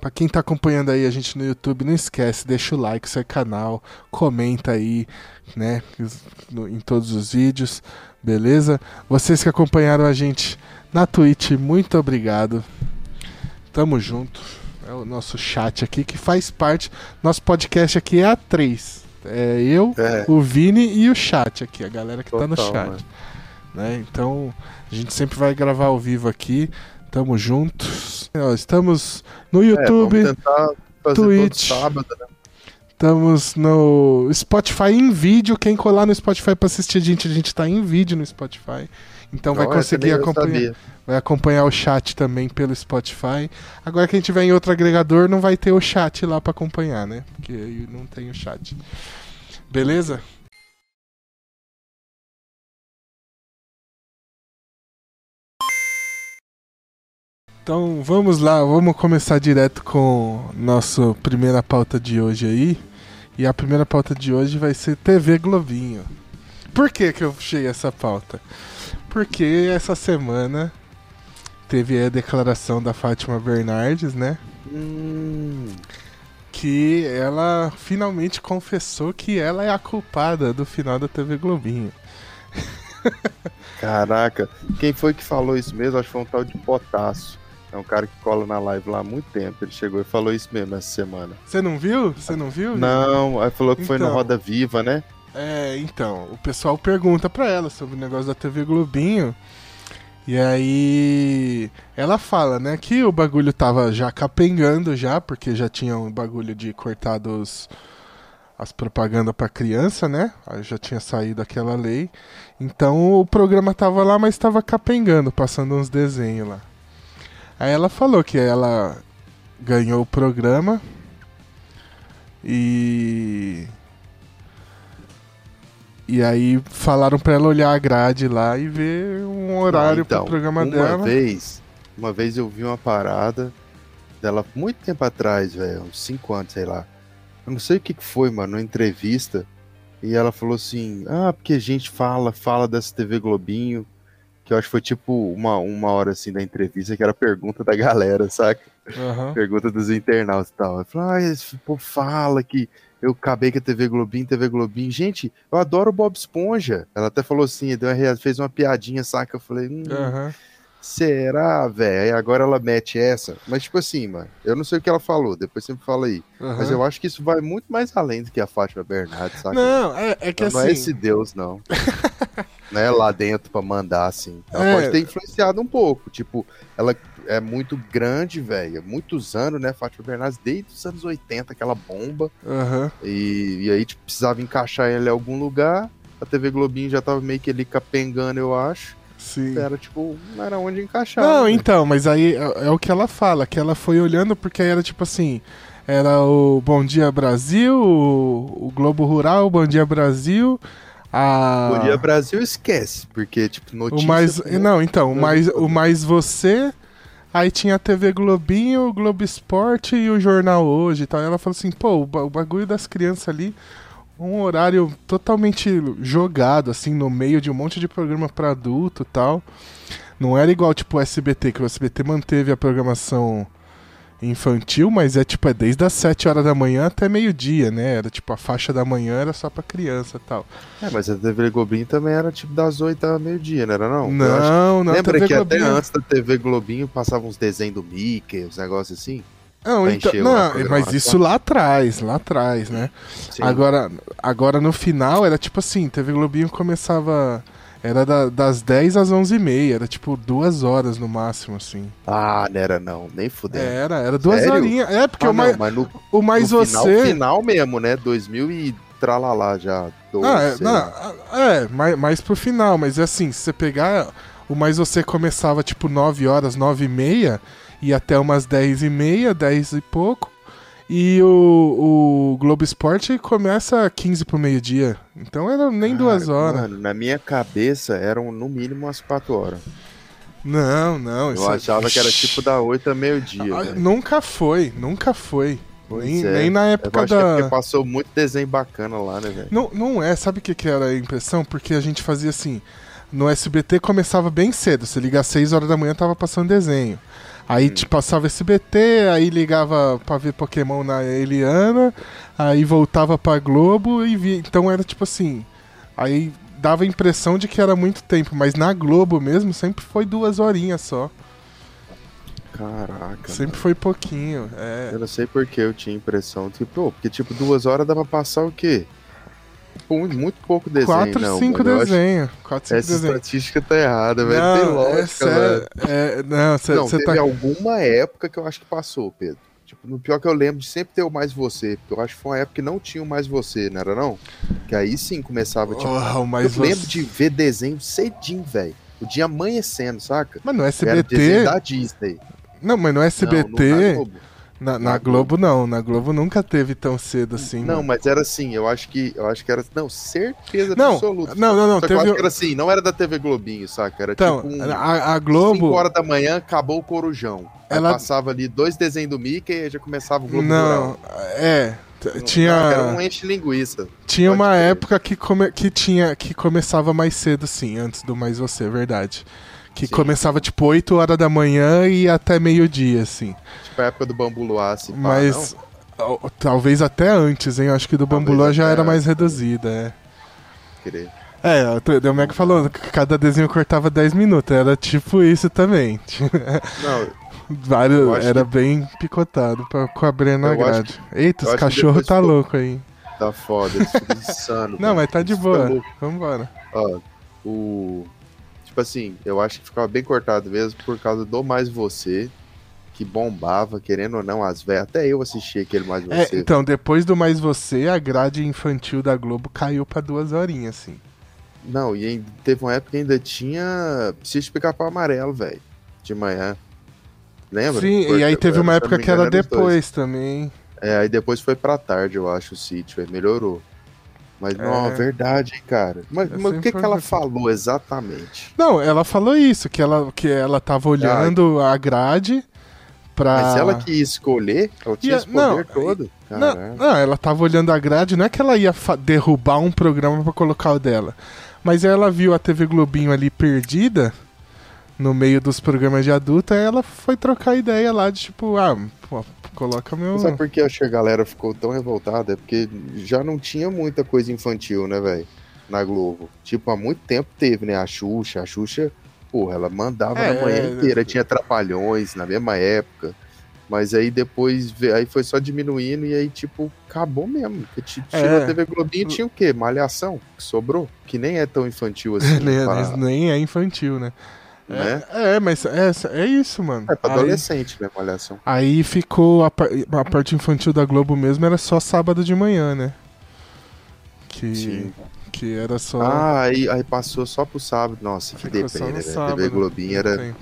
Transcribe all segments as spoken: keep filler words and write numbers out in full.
Pra quem tá acompanhando aí a gente no YouTube, não esquece, deixa o like, seu canal, comenta aí, né, no, em todos os vídeos, beleza? Vocês que acompanharam a gente na Twitch, muito obrigado. Tamo junto. É o nosso chat aqui que faz parte. Nosso podcast aqui é a três. É eu, é. o Vini e o chat aqui, a galera que Total, tá no chat. Né? Então, a gente sempre vai gravar ao vivo aqui. Tamo juntos. Estamos no YouTube, é, vamos fazer Twitch. Todo sábado, né? Estamos no Spotify em vídeo. Quem colar no Spotify pra assistir a gente, a gente tá em vídeo no Spotify. Então vai conseguir acompanhar, vai acompanhar o chat também pelo Spotify. Agora quem tiver em outro agregador não vai ter o chat lá pra acompanhar, né? Porque aí não tem o chat. Beleza? Então vamos lá, vamos começar direto com nossa primeira pauta de hoje aí. E a primeira pauta de hoje vai ser T V Globinho. Por que que eu puxei essa pauta? Porque essa semana teve a declaração da Fátima Bernardes, né? Hum. Que ela finalmente confessou que ela é a culpada do final da T V Globinho. Caraca, quem foi que falou isso mesmo? Acho que foi um tal de Potássio. É um cara que cola na live lá há muito tempo. Ele chegou e falou isso mesmo essa semana. Você não viu? Você não viu? Não, aí falou que então, foi no Roda Viva, né? É, então, o pessoal pergunta pra ela sobre o negócio da T V Globinho. E aí ela fala, né, que o bagulho tava já capengando já, porque já tinha um bagulho de cortar dos, as propagandas pra criança, né? Aí já tinha saído aquela lei. Então o programa tava lá, mas tava capengando, passando uns desenhos lá. Aí ela falou que ela ganhou o programa e... E aí falaram pra ela olhar a grade lá e ver um horário Não, então, pro programa uma dela. Uma vez, uma vez eu vi uma parada dela muito tempo atrás, velho, uns cinco anos, sei lá. Eu não sei o que foi, mano, numa entrevista. E ela falou assim, ah, porque a gente fala, fala dessa T V Globinho. Que eu acho que foi tipo uma, uma hora assim da entrevista, que era pergunta da galera, saca? Uhum. Pergunta dos internautas e tal. Ela falou, ah, esse povo fala que eu acabei com a T V Globinho, T V Globinho. Gente, eu adoro o Bob Esponja. Ela até falou assim, deu uma, fez uma piadinha, saca? Eu falei, hum, uhum. será, velho? Aí agora ela mete essa. Mas tipo assim, mano, eu não sei o que ela falou, depois você me fala aí. Uhum. Mas eu acho que isso vai muito mais além do que a Fátima Bernardes, saca? Não, é, é que ela assim... Não é esse Deus, não. Né, lá dentro pra mandar, assim. Ela é. pode ter influenciado um pouco. Tipo, ela é muito grande, velho. Muitos anos, né? Fátima Bernardes, desde os anos oitenta, aquela bomba. Uhum. E, e aí, tipo, precisava encaixar ele em algum lugar. A T V Globinho já tava meio que ali capengando, eu acho. Sim. Era, tipo, não era onde encaixar. Não, né? então, mas aí é, é o que ela fala, que ela foi olhando porque era, tipo assim... Era o Bom Dia Brasil, o, o Globo Rural, o Bom Dia Brasil... A... Bom Dia Brasil esquece, porque, tipo, notícia... O mais... Não, então, o mais, o mais Você... Aí tinha a T V Globinho, o Globo Esporte e o Jornal Hoje e tal. E ela falou assim, pô, o bagulho das crianças ali, um horário totalmente jogado, assim, no meio de um monte de programa pra adulto e tal. Não era igual, tipo, o S B T, que o S B T manteve a programação infantil, mas é tipo, é desde as sete horas da manhã até meio-dia, né? Era tipo, a faixa da manhã era só pra criança e tal. É, mas a T V Globinho também era tipo das oito ao meio-dia, não era não? Não, não. Lembra T V que Globinho... até antes da T V Globinho passavam uns desenhos do Mickey, uns negócios assim? Não, então, não mas isso lá atrás, lá atrás, né? Agora, agora no final era tipo assim, T V Globinho começava... Era da, das dez às onze e meia, era tipo duas horas no máximo, assim. Ah, não era não, nem fudendo. Era, era duas Sério? horinhas. É, porque ah, o mais, não, mas no, o mais no você... Final, final mesmo, né? dois mil e tralalá já. doze, ah, é, não, é mais, mais pro final, mas é assim, se você pegar... O mais você começava tipo nove horas, nove e meia, e até umas dez e meia, dez e pouco. E o, o Globo Esporte começa quinze pro meio-dia. Então era nem ah, duas horas. Mano, na minha cabeça eram no mínimo umas quatro horas. Não, não. Eu achava é... que era tipo da oito a meio-dia. Ah, nunca foi, nunca foi. Nem, é. nem na época eu acho da... que é porque passou muito desenho bacana lá, né, velho? Não, não é, sabe o que, que era a impressão? Porque a gente fazia assim, no S B T começava bem cedo, você liga às seis horas da manhã tava passando desenho. Aí Hum. te passava S B T, aí ligava pra ver Pokémon na Eliana, aí voltava pra Globo e via. Então era tipo assim. Aí dava a impressão de que era muito tempo, mas na Globo mesmo sempre foi duas horinhas só. Caraca. Sempre mano. foi pouquinho. É. Eu não sei porque eu tinha impressão. Tipo, oh, porque tipo, duas horas dá pra passar o quê? Muito, muito pouco desenho, Quatro, não. cinco mano, eu acho desenhos. Quatro, que cinco essa desenhos. estatística tá errada, velho. Não, Tem é lógica, velho. sério. É, não, você Não, teve tá. alguma época que eu acho que passou, Pedro. Tipo, no pior que eu lembro de sempre ter o Mais Você, porque eu acho que foi uma época que não tinha o Mais Você, não era não? Que aí sim começava, tipo... Oh, mas eu lembro você- de ver desenho cedinho, velho. O dia amanhecendo, saca? Mas no Era S B desenho T. da Disney. Não, mas no Não, S B no- na T. Globo. Na, na Na Globo não. Na Globo nunca teve tão cedo assim. Não, mano. mas era assim, eu acho que eu acho que era, não, certeza Não, absoluta. não, não, não, Só que teve- eu acho que era assim, não era da T V Globinho, saca? Era Então, tipo um a, a cinco Globo. horas da manhã, acabou o Corujão. Aí Ela- passava ali dois desenhos do Mickey e aí já começava o Globo Não, Rural. é. t- Não, Tinha. Era um enche linguiça. Tinha Pode uma crer. época que, come, que, tinha, que começava mais cedo, sim, antes do Mais Você, é verdade. Que Sim. começava tipo oito horas da manhã e ia até meio-dia, assim. Tipo a época do Bambu Luar, assim, pá, Mas não? ó, talvez até antes, hein? Eu acho que do Talvez Bambuló já até era mais antes, reduzida, é. Querer. É, o T- o Mac falou que cada desenho cortava dez minutos, era tipo isso também. Não, Vários, Eu acho era que- bem picotado pra cobrir na Eu acho grade. Eita, eu os acho que cachorros depois tá ficou- louco aí. tá foda, eles ficam insano. Não, mano. mas tá de Eles ficam boa. loucos. Vambora. Ó, o. Tipo assim, eu acho que ficava bem cortado mesmo por causa do Mais Você, que bombava, querendo ou não, as velhas. Até eu assisti aquele Mais É, Você. então, depois do Mais Você, a grade infantil da Globo caiu pra duas horinhas, assim. Não, e ainda, teve uma época que ainda tinha Sítio Pica-Pau Amarelo, velho. De manhã. Lembra? Sim, Foi- e aí teve se uma eu não época me que engano, era eram os dois. depois também. É, aí depois foi pra tarde, eu acho, o Sítio. Aí melhorou. Mas, não, É. verdade, hein, cara. Mas, É mas o sempre que, que ela assim. falou exatamente? Não, ela falou isso, que ela, que ela tava olhando a grade pra... Mas ela que ia escolher, ela tinha Ia- esse poder não, todo. Não, Caralho. não, ela tava olhando a grade, não é que ela ia fa- derrubar um programa pra colocar o dela. Mas aí ela viu a T V Globinho ali perdida no meio dos programas de adulta, aí ela foi trocar ideia lá de tipo, ah, pô, coloca meu. Sabe por que eu acho que a galera ficou tão revoltada? É porque já não tinha muita coisa infantil, né, velho? Na Globo. Tipo, há muito tempo teve, né? A Xuxa. A Xuxa, porra, ela mandava É, na manhã é, inteira. Tinha Trapalhões na mesma época. Mas aí depois, ve- aí foi só diminuindo e aí, tipo, acabou mesmo. Porque ti- tirou É. a T V Globinho e tinha o quê? Malhação, que sobrou. Que nem é tão infantil assim. nem, pra, nem é infantil, né? né? É, é, mas é, é isso, mano. É pra Aí- adolescente, né? Malhação. Aí ficou a, par- a parte infantil da Globo mesmo, era só sábado de manhã, né? Que, Sim. que era só. Ah, aí, aí passou só pro sábado. Nossa, que ficou só deprê, no né? velho? sábado. T V Globinho era. Tem.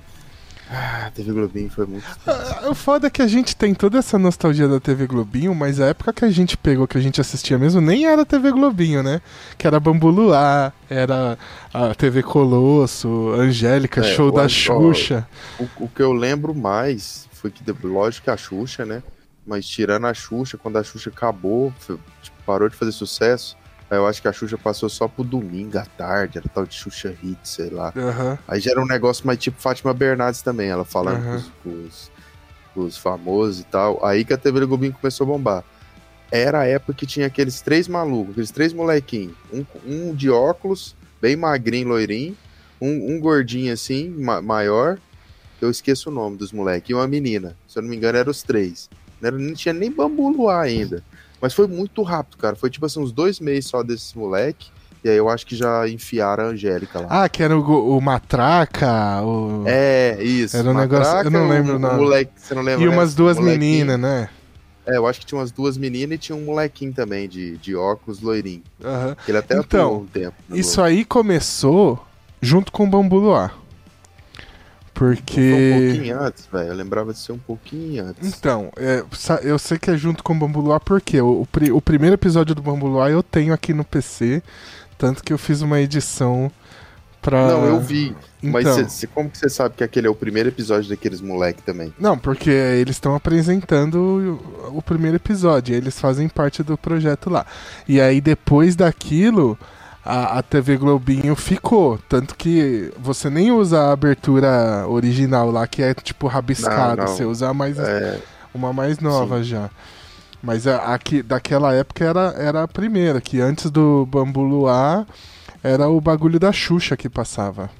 Ah, a T V Globinho foi muito. Ah, o foda é que a gente tem toda essa nostalgia da T V Globinho, mas a época que a gente pegou, que a gente assistia mesmo, nem era T V Globinho, né? Que era Bambu Luar, era a T V Colosso, Angélica, É, Show eu da acho- ó, Xuxa. O, o que eu lembro mais foi que, lógico que a Xuxa, né? Mas tirando a Xuxa, quando a Xuxa acabou, foi- tipo, parou de fazer sucesso, aí eu acho que a Xuxa passou só pro domingo à tarde, era tal de Xuxa Hits, sei lá. Aham. Aí já era um negócio mais tipo Fátima Bernardes também, ela falando Aham. com, os, com os- com os famosos e tal. Aí que a T V Globinho começou a bombar. Era a época que tinha aqueles três malucos, aqueles três molequinhos. Um, um de óculos, bem magrinho, loirinho. Um, um gordinho assim, ma- maior. Eu esqueço o nome dos moleques. E uma menina. Se eu não me engano, eram os três. Não, era, não tinha nem Bambu Luar ainda. Mas foi muito rápido, cara. Foi tipo assim, uns dois meses só desses moleques. E aí eu acho que já enfiaram a Angélica lá. Ah, que era o, go- o Matraca, o... É, isso. Era um negócio- eu não lembro o nome. Moleque, você não lembra, e né? umas duas Molequinho. meninas, né? É, eu acho que tinha umas duas meninas e tinha um molequinho também de, de óculos loirinho. Aham. Que ele até Então, atuou um tempo. na Isso Globo. aí começou junto com o Bambu Luar. Foi um Porque... pouquinho antes, velho. Eu lembrava de ser um pouquinho antes. Então, é, sa- eu sei que é junto com o Bambu Luar, porque o, o, pri- o primeiro episódio do Bambu Luar eu tenho aqui no P C, tanto que eu fiz uma edição pra... Não, eu vi. Mas Então. cê, cê- como que você sabe que aquele é o primeiro episódio daqueles moleque também? Não, porque eles estão apresentando o, o primeiro episódio, eles fazem parte do projeto lá. E aí depois daquilo, a, a T V Globinho ficou. Tanto que você nem usa a abertura original lá, que é tipo rabiscada. Não, não. Você usa a mais, É, uma mais nova sim. já. Mas a, aqui, daquela época era, era a primeira, que antes do Bambu Luar era o bagulho da Xuxa que passava.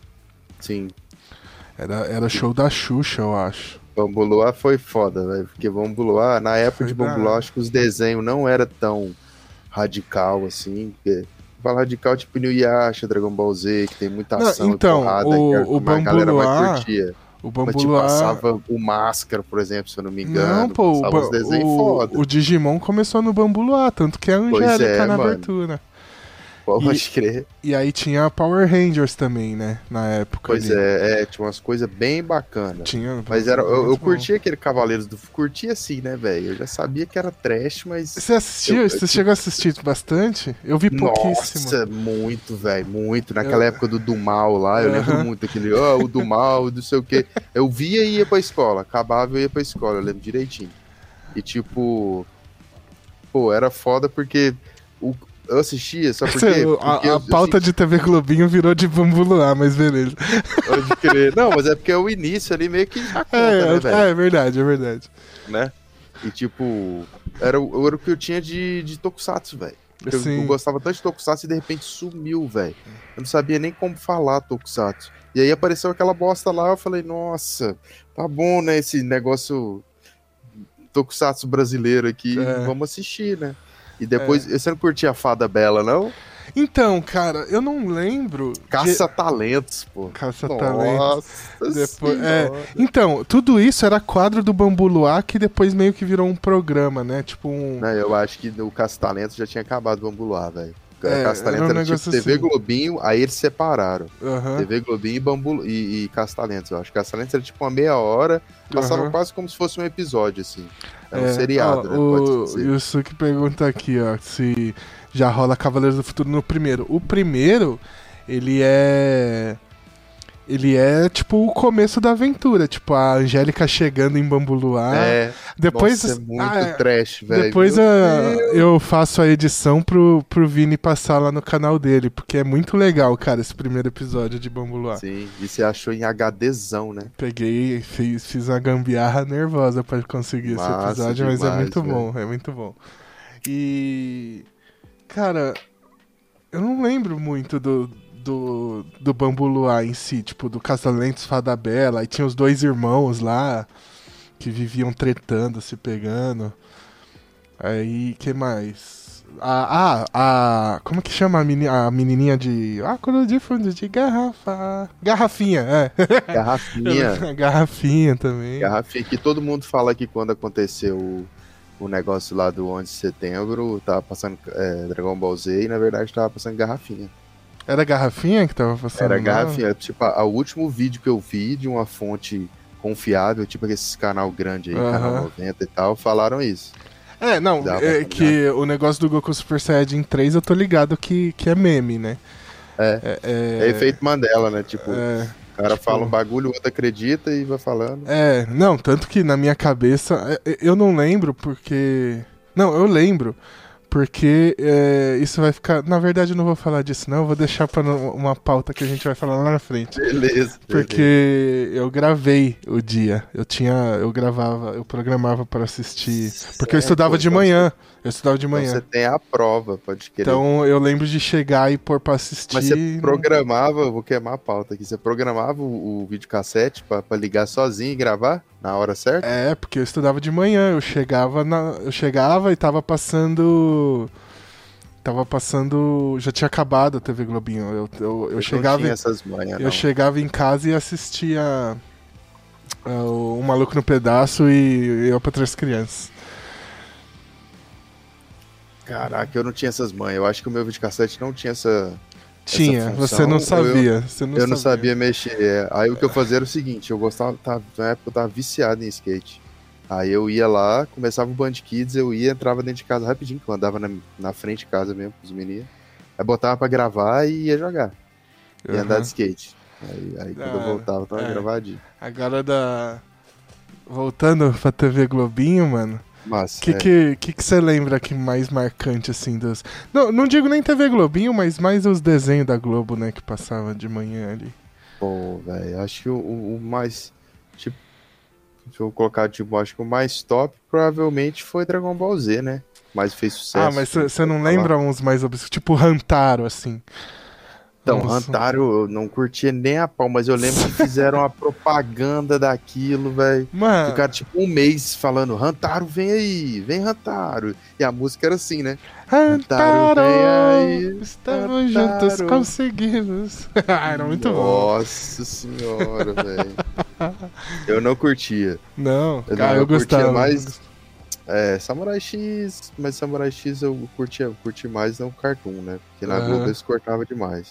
Sim. Era, era show da Xuxa, eu acho. Bambu Luar foi foda, velho. Porque Bambu Luar, na época Foi de da Bambu Luar, hora. acho que os desenhos não era tão radical assim. Porque... Fala radical tipo Inuyasha, Dragon Ball Z, que tem muita Não, ação e então, porrada, que o, era o como a Bambu galera mais Luar. curtia. O Mas Bambu te Luar. passava o Máscara, por exemplo, se eu não me Não, engano. pô, o, Passava uns Ba- desenhos o, foda. o Digimon começou no Bambu Luar, tanto que é a Pois Angélica é, na mano. abertura. Pode crer. E aí tinha Power Rangers também, né? Na época. Pois ali. é, é, tinha umas coisas bem bacanas. Tinha. Mas era, eu, eu muito bom. curtia aquele Cavaleiros do... Curtia assim, né, velho? Eu já sabia que era trash, mas... Você assistiu? Eu- Você eu- chegou a assistir bastante? Eu vi pouquíssimo. Nossa, muito, velho, muito. Naquela Eu- época do do mal lá, eu lembro Aham. muito aquele, ó, o do mal, não sei o quê. Eu via e ia pra escola, acabava e ia pra escola, eu lembro direitinho. E tipo, pô, era foda porque o, eu assistia, só porque... Você- porque a, eu- a eu pauta de T V Globinho virou de Bambu Luar, mas beleza. Pode crer. Não, mas é porque o início ali meio que já conta, É, né, velho? é, é verdade, é verdade. Né? E tipo, era, o- era o que eu tinha de, de Tokusatsu, velho. Eu, Sim. eu gostava tanto de Tokusatsu e de repente sumiu, velho. Eu não sabia nem como falar Tokusatsu. E aí apareceu aquela bosta lá, eu falei, nossa, tá bom, né, esse negócio Tokusatsu brasileiro aqui, É. vamos assistir, né? E depois, você não curtia a Fada Bela, não? Então, cara, eu não lembro. de- Caça-talentos, pô. Caça-talentos. Nossa Depois, é, Senhora. então, tudo isso era quadro do Bambu Luar que depois meio que virou um programa, né? Tipo um. Não, eu acho que o Caça-Talentos já tinha acabado o Bambu Luar, velho. É, Caça-Talentos era um era, tipo negócio T V assim. Globinho, aí eles separaram. Aham. T V Globinho e, Bambu, e, e Caça-Talentos, eu acho. Caça-Talentos era tipo uma meia hora, passava Aham. quase como se fosse um episódio, assim. Era um É, seriado, ó, né? o Pode dizer. Yusuke pergunta aqui, ó, se já rola Cavaleiros do Futuro no primeiro. O primeiro, ele é. Ele é tipo o começo da aventura, tipo a Angélica chegando em Bambu Luar. É, depois nossa, é muito ah, trash, velho. depois Meu ah, Deus. eu faço a edição pro, pro Vini passar lá no canal dele, porque é muito legal, cara, esse primeiro episódio de Bambu Luar. Sim, e você achou em HDzão, né? Peguei, fiz, fiz uma gambiarra nervosa pra conseguir esse Massa episódio, mas é demais, muito velho. bom, é muito bom. E. Cara, eu não lembro muito do, do, do Bambu Luar em si, tipo, do Caça-Talentos Fada Bela, aí tinha os dois irmãos lá que viviam tretando, se pegando. Aí, que mais? Ah, ah, a. Como que chama a, meni, a menininha de. Ah, quando de fundo de garrafa. Garrafinha, é. Garrafinha. Garrafinha também. Garrafinha, que todo mundo fala que quando aconteceu o, o negócio lá do onze de setembro, tava passando é, Dragon Ball Z e na verdade tava passando Garrafinha. Era garrafinha que tava passando? Era lá? Garrafinha. Tipo, a- o último vídeo que eu vi de uma fonte confiável, tipo esses canal grande aí, Aham. canal noventa e tal, falaram isso. É, não, Dá pra é pegar. que o negócio do Goku Super Saiyajin três eu tô ligado que, que é meme, né? É. É, É efeito Mandela, né? Tipo, é, o cara tipo- fala um bagulho, o outro acredita e vai falando. é, não, tanto que na minha cabeça, é, eu não lembro porque... Não, eu lembro, porque é, isso vai ficar... Na verdade eu não vou falar disso não, eu vou deixar pra no- uma pauta que a gente vai falar lá na frente. Beleza. beleza. Porque eu gravei o dia. Eu tinha. Eu gravava, eu programava para assistir. Porque eu Certo, estudava de então manhã. Eu estudava de Então manhã. você tem a prova, pode querer. Então eu lembro de chegar e pôr pra assistir. Mas você não- programava, eu vou queimar a pauta aqui, você programava o, o videocassete pra, pra ligar sozinho e gravar na hora certa? É, porque eu estudava de manhã. Eu chegava na. Eu chegava e tava passando. Tava passando. Já tinha acabado a T V Globinho. Eu, eu, eu, chegava. Não tinha essas manhas, Eu não. chegava em casa e assistia ah, o, o Maluco no Pedaço e Eu pra Três Crianças. Caraca, eu não tinha essas manhas. Eu acho que o meu videocassete não tinha essa. Tinha, função, você não eu- sabia. você não eu não sabia mexer. É. Aí o que eu fazia era o seguinte: eu gostava, tava, na época eu tava viciado em skate. Aí eu ia lá, começava o Band Kids, eu ia, entrava dentro de casa rapidinho, que eu andava na, na frente de casa mesmo com os meninos. Aí botava pra gravar e ia jogar. Ia Aham. andar de skate. Aí, aí quando eu Ah, voltava, tava é. gravadinho. Agora da. Voltando pra T V Globinho, mano. Mas, que, é. que, que que você lembra que mais marcante, assim, dos... Não, não digo nem T V Globinho, mas mais os desenhos da Globo, né, que passava de manhã ali. Pô, velho, acho que o, o- o mais, tipo, se eu colocar, tipo, acho que o mais top provavelmente foi Dragon Ball Z, né? Mais fez Ah, sucesso, mas se a gente você pode não falar. lembra uns mais obscuros? Tipo Hantaro, assim. Então, Uns... Hantaro eu não curtia nem a pau, mas eu lembro que fizeram a propaganda daquilo, velho. Mano, Ficaram tipo um mês falando, Hantaro, vem aí, vem Hantaro. E a música era assim, né? Hantaro, vem Hantaro, aí, estamos juntos, Hantaro. conseguimos. Era muito bom. Nossa senhora, velho. Eu não curtia. Não, Eu, ah, não, eu eu curtia gostava. mais é, Samurai X, mas Samurai X eu curtia, curti mais no Cartoon, né? Porque na Aham. Globo eles cortavam demais.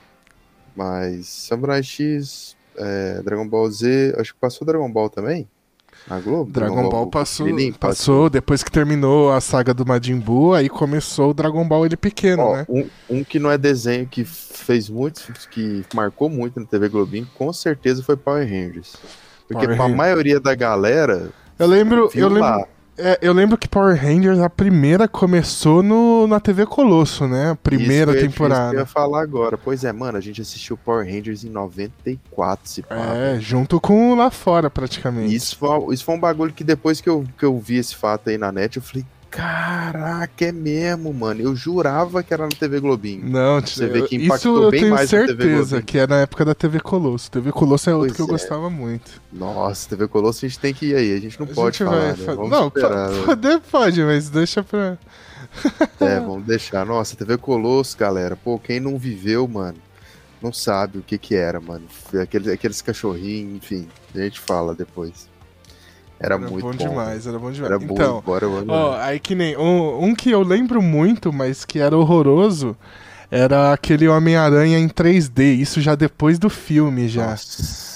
Mas Samurai X, é, Dragon Ball Z, acho que passou Dragon Ball também? Na Globo? Dragon Ball o passou, pequenininho passou, depois que terminou a saga do Majin Buu, aí começou o Dragon Ball ele pequeno, Ó, né? um, um que não é desenho, que fez muito, que marcou muito na T V Globinho, com certeza foi Power Rangers. Porque Power pra Rangers. maioria da galera, Eu lembro, viu eu lembro, lá. é, eu lembro que Power Rangers, a primeira começou no, na T V Colosso, né? A primeira Isso que eu ia- temporada. Isso que eu ia falar agora. Pois é, mano, a gente assistiu Power Rangers em noventa e quatro, se pá, É, velho. junto com o lá fora, praticamente. E isso foi, isso foi um bagulho que depois que eu, que eu vi esse fato aí na net, eu falei, caraca, é mesmo, mano. Eu jurava que era na T V Globinho. Não, Você vê que isso impactou eu bem tenho mais na T V certeza Globinho. que é na época da T V Colosso. T V Colosso é outro Pois que eu é. gostava muito. Nossa, T V Colosso a gente tem que ir aí. A gente não A pode gente falar, vai né? fa- Vamos Não, esperar. po- né? poder pode, mas deixa pra. É, vamos deixar. Nossa, T V Colosso, galera. Pô, quem não viveu, mano, não sabe o que que era, mano. Aqueles, aqueles cachorrinhos, enfim. A gente fala depois. Era, Era muito bom bom. demais, era bom demais. Era bom, Então, embora, mano. ó, aí que nem. Um, um que eu lembro muito, mas que era horroroso, era aquele Homem-Aranha em três D. Isso já depois do filme, já. Nossa.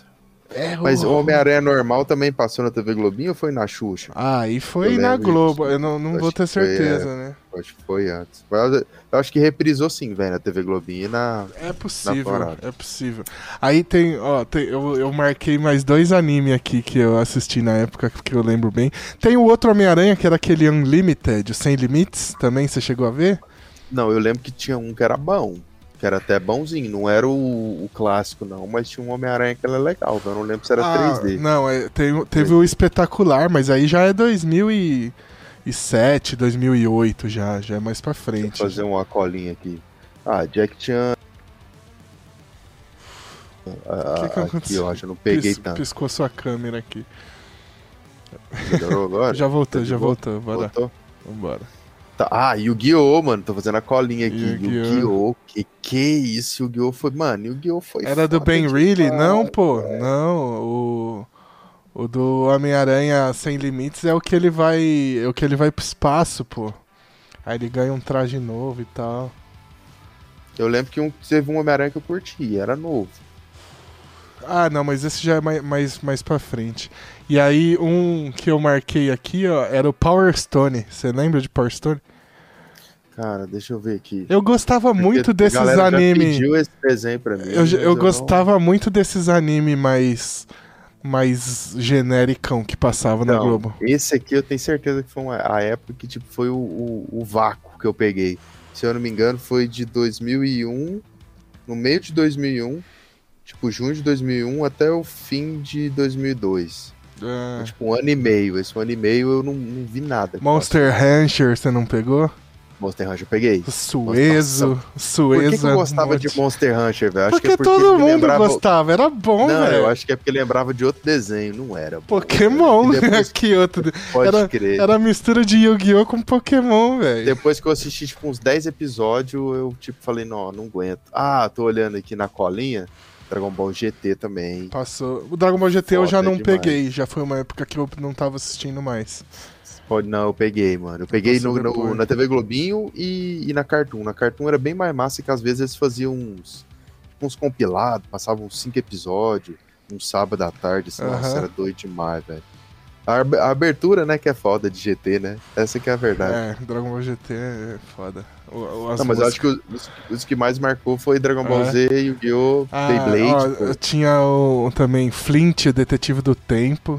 É Mas o horror- Homem-Aranha normal também passou na T V Globinho ou foi na Xuxa? Ah, e foi Eu na lembro Globo. disso. Eu não, não Acho vou ter que foi, certeza, é. né? Eu acho que foi antes. Mas eu acho que reprisou sim, velho, na T V Globinho e na. É possível, parada. é possível. Aí tem, ó, tem- eu, eu marquei mais dois animes aqui que eu assisti na época que eu lembro bem. Tem o outro Homem-Aranha, que era aquele Unlimited, o Sem Limites, também, você chegou a ver? Não, eu lembro que tinha um que era bom. Que era até bonzinho. Não era o, o clássico, não. Mas tinha um Homem-Aranha que era legal. Eu não lembro se era Ah, três D. não, é, tem- teve o Espetacular, mas aí já é dois mil e sete, dois mil e oito já, já é mais pra Deixa frente. eu fazer uma colinha aqui. Ah, Jack Chan. Ah, Que que aqui aconteceu? eu acho, eu não peguei Pis- tanto. Piscou sua câmera aqui. Melhorou agora? Já voltou, Tá de já boa? voltou, bora. Voltou? Vambora. Tá. Ah, Yu-Gi-Oh, mano. Tô fazendo a colinha aqui. Yu-Gi-Oh. Yu-Gi-Oh. Que que isso? Yu-Gi-Oh foi. Mano, Yu-Gi-Oh foi. Era do foda Ben demais, Reilly? Não, pô, velho. não. O, o do Homem-Aranha Sem Limites é o que ele vai. É o que ele vai pro espaço, pô. Aí ele ganha um traje novo e tal. Eu lembro que um, teve um Homem-Aranha que eu curti. Era novo. Ah, não, mas esse já é mais, mais, mais pra frente. E aí, um que eu marquei aqui, ó, era o Power Stone. Você lembra de Power Stone? Cara, deixa eu ver aqui. Eu gostava muito Porque desses a galera já anime. pediu esse desenho pra mim. Eu, mas eu não- gostava muito desses anime mais. Mais genericão que passava na Não, Globo. esse aqui eu tenho certeza que foi uma, a época que tipo, foi o, o, o vácuo que eu peguei. Se eu não me engano, foi de dois mil e um, no meio de dois mil e um, tipo, junho de dois mil e um até o fim de dois mil e dois. É. Tipo, um ano e meio. Esse um ano e meio eu não, não vi nada. Monster Rancher, você não pegou? Monster Rancher eu peguei. Suezo, Por que, Suezo. que eu gostava monte. de Monster Rancher, velho? Acho Porque, que é porque todo ele mundo lembrava... gostava, era bom, Não, velho. eu acho que é porque lembrava de outro desenho, não era. bom, Pokémon, velho. E depois- que outro. Pode Era, crer. era a mistura de Yu-Gi-Oh! Com Pokémon, velho. Depois que eu assisti, tipo, uns dez episódios, eu, tipo, falei, não, não aguento. Ah, tô olhando aqui na colinha, Dragon Ball G T também. Passou. O Dragon Ball G T eu já Foda não demais. peguei, já foi uma época que eu não tava assistindo mais. Pode não, eu peguei, mano. Eu peguei Passou no, no- depois. na T V Globinho e, e na Cartoon. Na Cartoon era bem mais massa que às vezes eles faziam uns, tipo, uns compilados, passavam uns cinco episódios, um sábado à tarde, assim, nossa, Aham. era doido demais, velho. A, ab- a abertura, né, que é foda de G T, né? Essa que é a verdade. É, Dragon Ball G T é foda. O, o- as Não, mas eu acho músicas- que os, os- os que mais marcou foi Dragon Ball É. Z, Yu-Gi-Oh!, Ah, Beyblade. ó, pô. eu tinha o, também Flint, o Detetive do Tempo.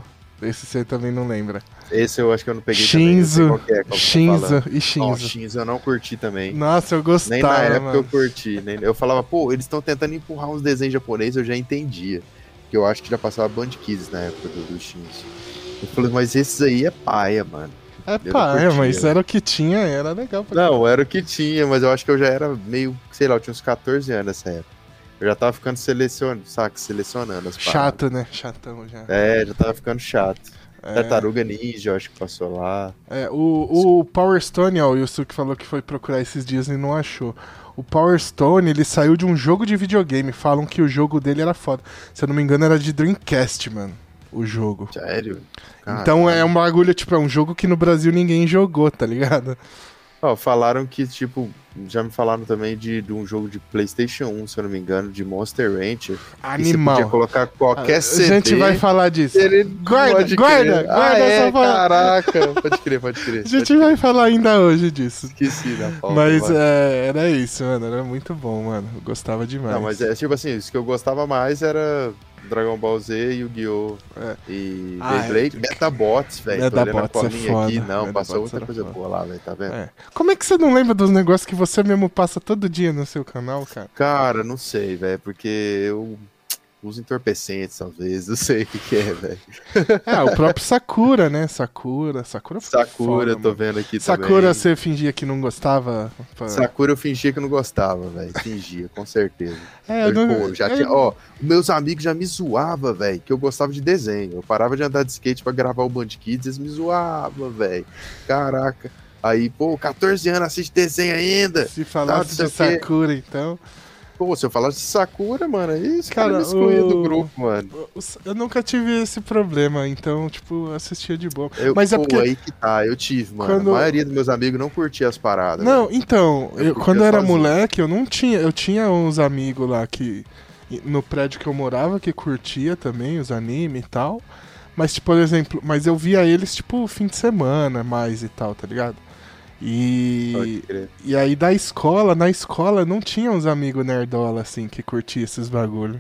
Esse você também não lembra. Esse eu acho que eu não peguei Shinzo, também. Eu sei qual que é, qual que tá Shinzo falando. e Shinzo. Não, Shinzo eu não curti também. Nossa, eu gostava, Nem na época mano. eu curti. Nem... Eu falava, pô, eles estão tentando empurrar uns desenhos japoneses, eu já entendia. Que eu acho que já passava Band Kids na época do, do Shinzo. Eu falei, mas esses aí é paia, mano. É Eu não paia, curtia, mas né? era o que tinha, era legal pra Não, era o que tinha, mas eu acho que eu já era meio, sei lá, eu tinha uns catorze anos nessa época. Eu já tava ficando selecionando, saca, selecionando as paradas. chato, né? Chatão já. É, já tava ficando chato. É. Tartaruga Ninja, eu acho que passou lá. É, o, o Power Stone, ó, o Yusuke falou que foi procurar esses dias e não achou. O Power Stone, ele saiu de um jogo de videogame. Falam que o jogo dele era foda. Se eu não me engano, era de Dreamcast, mano. O jogo. Sério? Então é Caralho. um bagulho, tipo, é um jogo que no Brasil ninguém jogou, tá ligado? Ó, falaram que, tipo, já me falaram também de, de um jogo de PlayStation um, se eu não me engano, de Monster Rancher. E você podia Animal. colocar qualquer A C D. gente vai falar disso. Ele Guarda, pode guarda, crer. guarda ah, essa é, fala. caraca. Pode crer, pode crer. A gente vai falar ainda hoje disso. Esqueci da pauta. Mas vai. é, era isso, mano. Era muito bom, mano. Eu gostava demais. Não, mas é tipo assim, isso que eu gostava mais era Dragon Ball Z, Yu-Gi-Oh! É. E Ah, Beyblade, Metabots, velho. Tô olhando a Metabots é colinha foda. aqui. Não, Metabots passou muita era coisa foda. boa lá, velho, tá vendo? É. Como é que você não lembra dos negócios que você mesmo passa todo dia no seu canal, cara? Cara, não sei, velho, porque eu uso entorpecentes, talvez, não sei o que, que é, velho. É, o próprio Sakura, né? Sakura. Sakura foi Sakura, foda, eu tô mano. vendo aqui Sakura, também. você fingia que não gostava? Pô. Sakura eu fingia que eu não gostava, velho. Fingia, com certeza. É, Eu, não- pô, já é- tinha, ó, meus amigos já me zoavam, velho, que eu gostava de desenho. Eu parava de andar de skate pra gravar o Band Kids, eles me zoavam, velho. Caraca. Aí, pô, catorze anos, assiste desenho ainda. Se falasse Tá, não de sei o quê. Sakura, então. Pô, se eu falasse de Sakura, mano, aí esse Cara, cara me excluía o- do grupo, mano. Eu nunca tive esse problema, então, tipo, eu assistia de boa. Eu, Mas é pô, porque. aí que tá, eu tive, mano. Quando- A maioria dos meus amigos não curtia as paradas. Não, velho. então, Eu eu- curtia quando eu era sozinho. moleque, eu não tinha. Eu tinha uns amigos lá que. No prédio que eu morava, que curtia também os animes e tal. Mas, tipo, por exemplo, mas eu via eles, tipo, fim de semana mais e tal, tá ligado? Pode E. crer. E aí da escola, na escola não tinha uns amigos nerdola assim que curtia esses bagulho.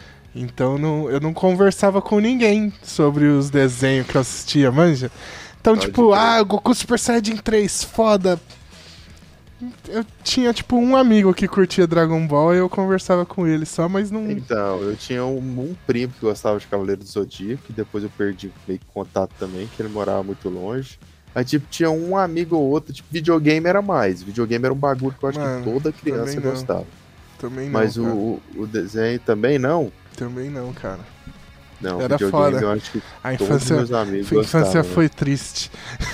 Então não, eu não conversava com ninguém sobre os desenhos que eu assistia, manja? Então, Pode tipo, crer. ah, Goku Super Saiyajin três, foda. Eu tinha, tipo, um amigo que curtia Dragon Ball e eu conversava com ele só, mas não. Então, eu tinha um, um primo que gostava de Cavaleiro do Zodíaco, e depois eu perdi meio que contato também, que ele morava muito longe. Aí, tipo, tinha um amigo ou outro, tipo, videogame era mais. Videogame era um bagulho que eu acho Mano, que toda criança também não. gostava. Também não. Mas cara. o, o desenho também não. Também não, cara. Não, Era videogame foda. eu acho que A todos infância, meus amigos a infância gostavam. foi triste.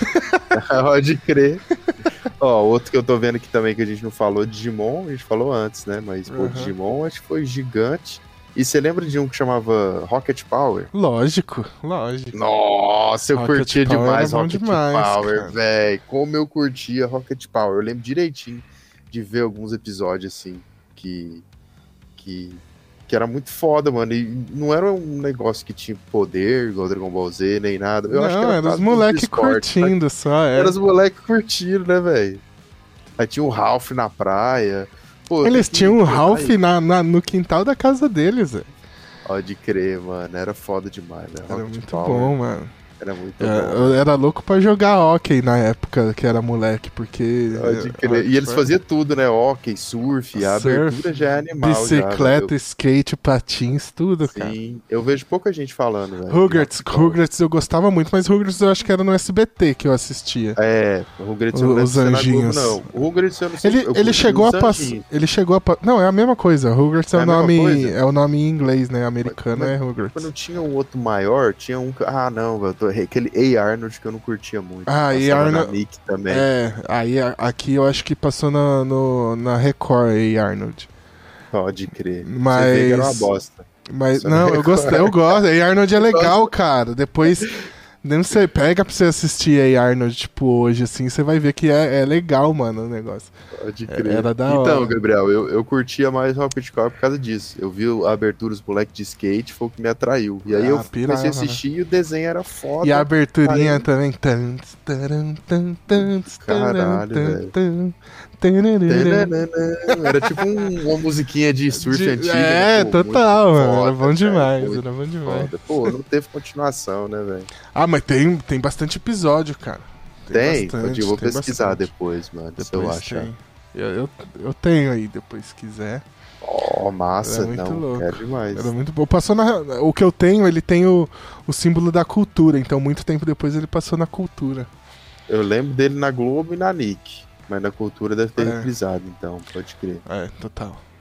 Pode crer. Ó, outro que eu tô vendo aqui também que a gente não falou, Digimon, a gente falou antes, né? Mas, pô, Uhum. Digimon acho que foi gigante. E você lembra de um que chamava Rocket Power? Lógico, lógico. Nossa, eu Rocket curtia Power demais era bom Rocket demais, Power, cara. velho. Como eu curtia Rocket Power. Eu lembro direitinho de ver alguns episódios assim que que que era muito foda, mano. E não era um negócio que tinha poder igual Dragon Ball Z nem nada. Eu não, acho que era, era por os causa dos moleques esportes, sabe? curtindo só, é. Era os moleques curtindo, né, velho? Aí tinha o Ralph na praia. Pô, Eles tem que- tinham o pô, Ralph aí, na, na- no quintal da casa deles, velho. Pode crer, mano. Era foda demais, né? Era Rocket muito Power bom, mano. Era muito É, bom. eu era louco pra jogar hockey na época que era moleque, porque. Pode é, crer. E eles foi- faziam tudo, né? Hockey, surf, a Surf, abertura já é animal. Bicicleta, já, skate, patins, tudo, velho. cara. Sim, eu vejo pouca gente falando, velho. Rugrats, de Rocket Power. Rugrats eu gostava muito, mas Rugrats eu acho que era no S B T que eu assistia. É, o Rugrats eu não lembro Os se é na Globo, anjinhos. não. O Rugrats eu não sei. Ele, eu ele curti chegou os a passar. anjinhos. Ele chegou a pa- Não, é a mesma coisa. Rugrats é, É o a mesma nome. coisa? É o nome em inglês, né? Americano Mas- é Quando Rugrats. tinha um outro maior, tinha um. que- Ah, não, velho. tô- Aquele A. Arnold que eu não curtia muito. Ah, A. Passava na Arnold- Nick também. É, aí a- aqui eu acho que passou na, no, na Record aí, Arnold. Pode crer. Mas- Você vê que era uma bosta. Mas Só não, na eu gosto, eu gosto. A. Arnold é legal, cara. Depois, não sei, pega pra você assistir A. Arnold, tipo, hoje, assim, você vai ver que é, é legal, mano, o negócio. Pode É, crer. era da então, hora. Gabriel, eu, eu curtia mais Rocket Power por causa disso. Eu vi a abertura dos moleques de skate, foi o que me atraiu. E aí Ah, eu pirava, comecei a assistir e o desenho era foda. E a aberturinha Aí- também. Tan, taran, tan, tan, taran, Caralho, tan, velho. tan, Era tipo um- uma musiquinha de surf De- antiga. É, né? Pô, total, muito mano. Era foda, bom cara, demais, muito era bom demais. foda. Pô, não teve continuação, né, velho? Ah, mas tem, tem bastante episódio, cara. Tem? bastante, eu vou tem pesquisar bastante. depois, mano, se eu Depois achar. tem. Eu, eu, eu tenho aí, depois se quiser. Ó, massa, Era muito não, louco. quero demais. Era muito bom. Passou na, o que eu tenho, ele tem o, o símbolo da cultura, então muito tempo depois ele passou na cultura. Eu lembro dele na Globo e na Nick, mas na Cultura deve ter É. reprisado, então, pode crer. É, total.